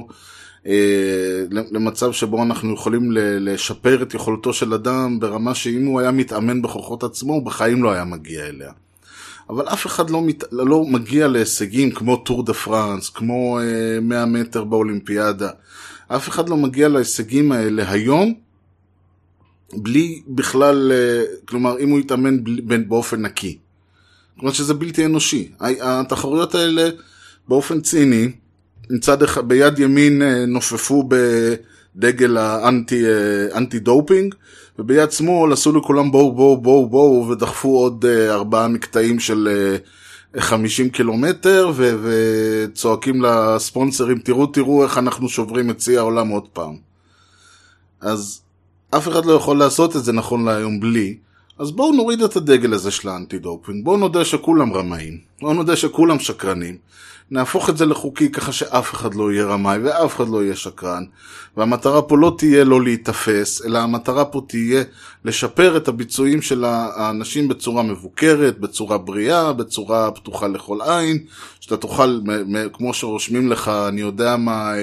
שבו אנחנו יכולים לשפר את יכולתו של אדם ברמה שאם הוא היה מתאמן בכוחות עצמו, הוא בחיים לא היה מגיע אליה. אבל אף אחד לא מגיע להישגים כמו טור דה פרנס, כמו 100 מטר באולימפיאדה. אף אחד לא מגיע להישגים האלה היום, בלי בכלל, כלומר, אם הוא יתאמן באופן נקי. כלומר שזה בלתי אנושי. התחרויות האלה, באופן ציני, ביד ימין נופפו בדגל האנטי דופינג, וביד שמאל עשו לכולם בואו, ודחפו עוד 4 מקטעים של 50 קילומטר, וצועקים לספונסרים, תראו איך אנחנו שוברים את צי העולם עוד פעם. אז אף אחד לא יכול לעשות את זה נכון להיום בלי, אז בואו נוריד את הדגל הזה של האנטי דופינג, בואו נודע שכולם רמאים, בואו נודע שכולם שקרנים, נהפוך את זה לחוקי ככה שאף אחד לא יהיה רמאי ואף אחד לא יהיה שקרן, והמטרה פה לא תהיה לא להתאפס, אלא המטרה פה תהיה לשפר את הביצועים של האנשים בצורה מבוקרת, בצורה בריאה, בצורה פתוחה לכל עין, שאתה תוכל, כמו שרושמים לך, אני יודע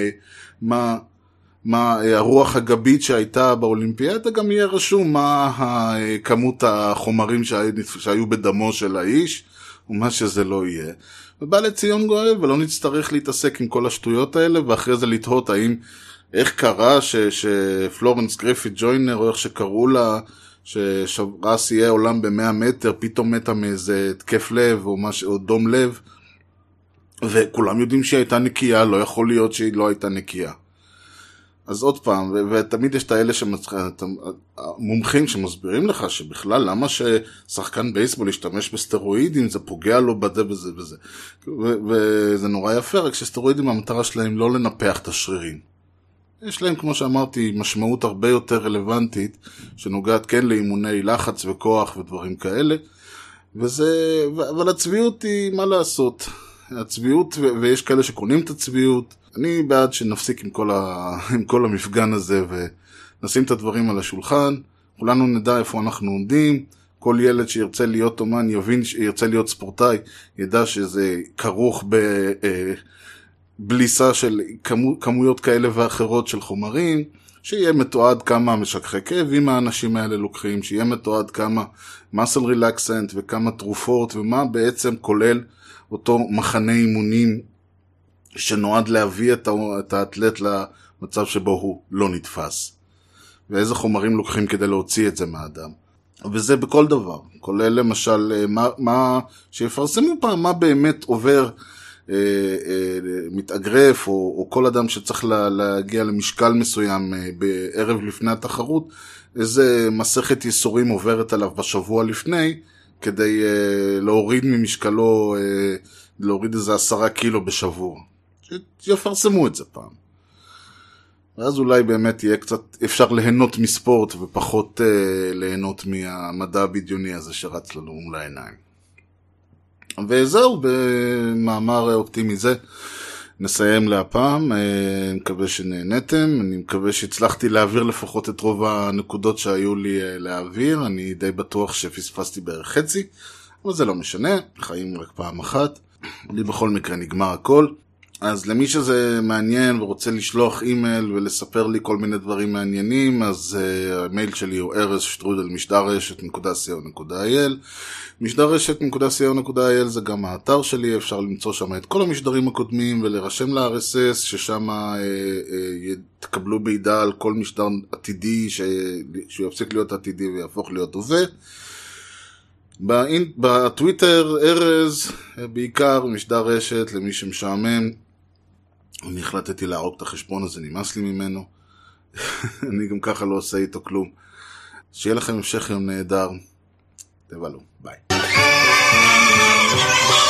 מה הרוח הגבית שהייתה באולימפיאדה, גם יהיה רשום מה כמות החומרים שהיו בדמו של האיש, ומה שזה לא יהיה. ובא לציון גואל, ולא נצטרך להתעסק עם כל השטויות האלה, ואחרי זה לתהות איך קרה שפלורנס גריפית ג'וינר, או איך שקראו לה, ששברה שיאי עולם ב100 מטר, פתאום מתה מאיזה התקף לב, או דום לב, וכולם יודעים שהיא הייתה נקייה, לא יכול להיות שהיא לא הייתה נקייה. אז עוד פעם, ותמיד יש את האלה המומחים שמסבירים לך שבכלל למה ששחקן בייסבול ישתמש בסטרואידים, זה פוגע לו בזה וזה וזה. וזה נורא יפה, רק שסטרואידים המטרה שלהם לא לנפח את השרירים, יש להם, כמו שאמרתי, משמעות הרבה יותר רלוונטית, שנוגעת כן לאימוני לחץ וכוח ודברים כאלה, אבל הצביעות היא מה לעשות. הצביעות, ויש כאלה שקונים את הצביעות. אני בעד שנפסיק עם כל המפגן הזה, ונשים את הדברים על השולחן. כולנו נדע איפה אנחנו עומדים. כל ילד שירצה להיות אומן יבין, שירצה להיות ספורטאי, ידע שזה כרוך בבליסה של כמויות כאלה ואחרות של חומרים, שיהיה מתועד כמה משככי כאבים האנשים האלה לוקחים, שיהיה מתועד כמה muscle relaxant וכמה תרופות, ומה בעצם כולל אותו מחנה אימונים שנועד להביא את האתלט למצב שבו הוא לא נתפס. ואיזה חומרים לוקחים כדי להוציא את זה מהאדם. וזה בכל דבר, כולל למשל, שיפרסמו פעם מה באמת עובר מתאגרף, או כל אדם שצריך להגיע למשקל מסוים בערב לפני התחרות, איזה מסכת יסורים עוברת עליו בשבוע לפני, כדי להוריד ממשקלו, להוריד איזה 10 קילו בשבוע. שיפרסמו את זה פעם. ואז אולי באמת יהיה קצת אפשר ליהנות מספורט ופחות ליהנות מהמדע הבדיוני הזה שרץ לנו מול העיניים. וזהו, במאמר אופטימי זה נסיים להפעם. אני מקווה שנהנתם, אני מקווה שהצלחתי להעביר לפחות את רוב הנקודות שהיו לי להעביר. אני די בטוח שפספסתי בערך חצי, אבל זה לא משנה, חיים רק פעם אחת. לי בכל מקרה נגמר הכל. אז למי שזה מעניין ורוצה לשלוח אימייל ולספר לי כל מיני דברים מעניינים, אז המייל שלי הוא ארז@משדרשת.co.il. משדרשת.co.il זה גם האתר שלי, אפשר למצוא שם את כל המשדרים הקודמים ולרשם ל-RSS, ששם תקבלו בידע על כל משדר עתידי שהוא יפסיק להיות עתידי ויהפוך להיות הווה. בטוויטר ארז, בעיקר משדר רשת למי שמשעמם. אני החלטתי להרוג את החשבון הזה, נמאס לי ממנו. אני גם ככה לא עושה איתו כלום. שיהיה לכם המשך יום נהדר. תבלו, ביי.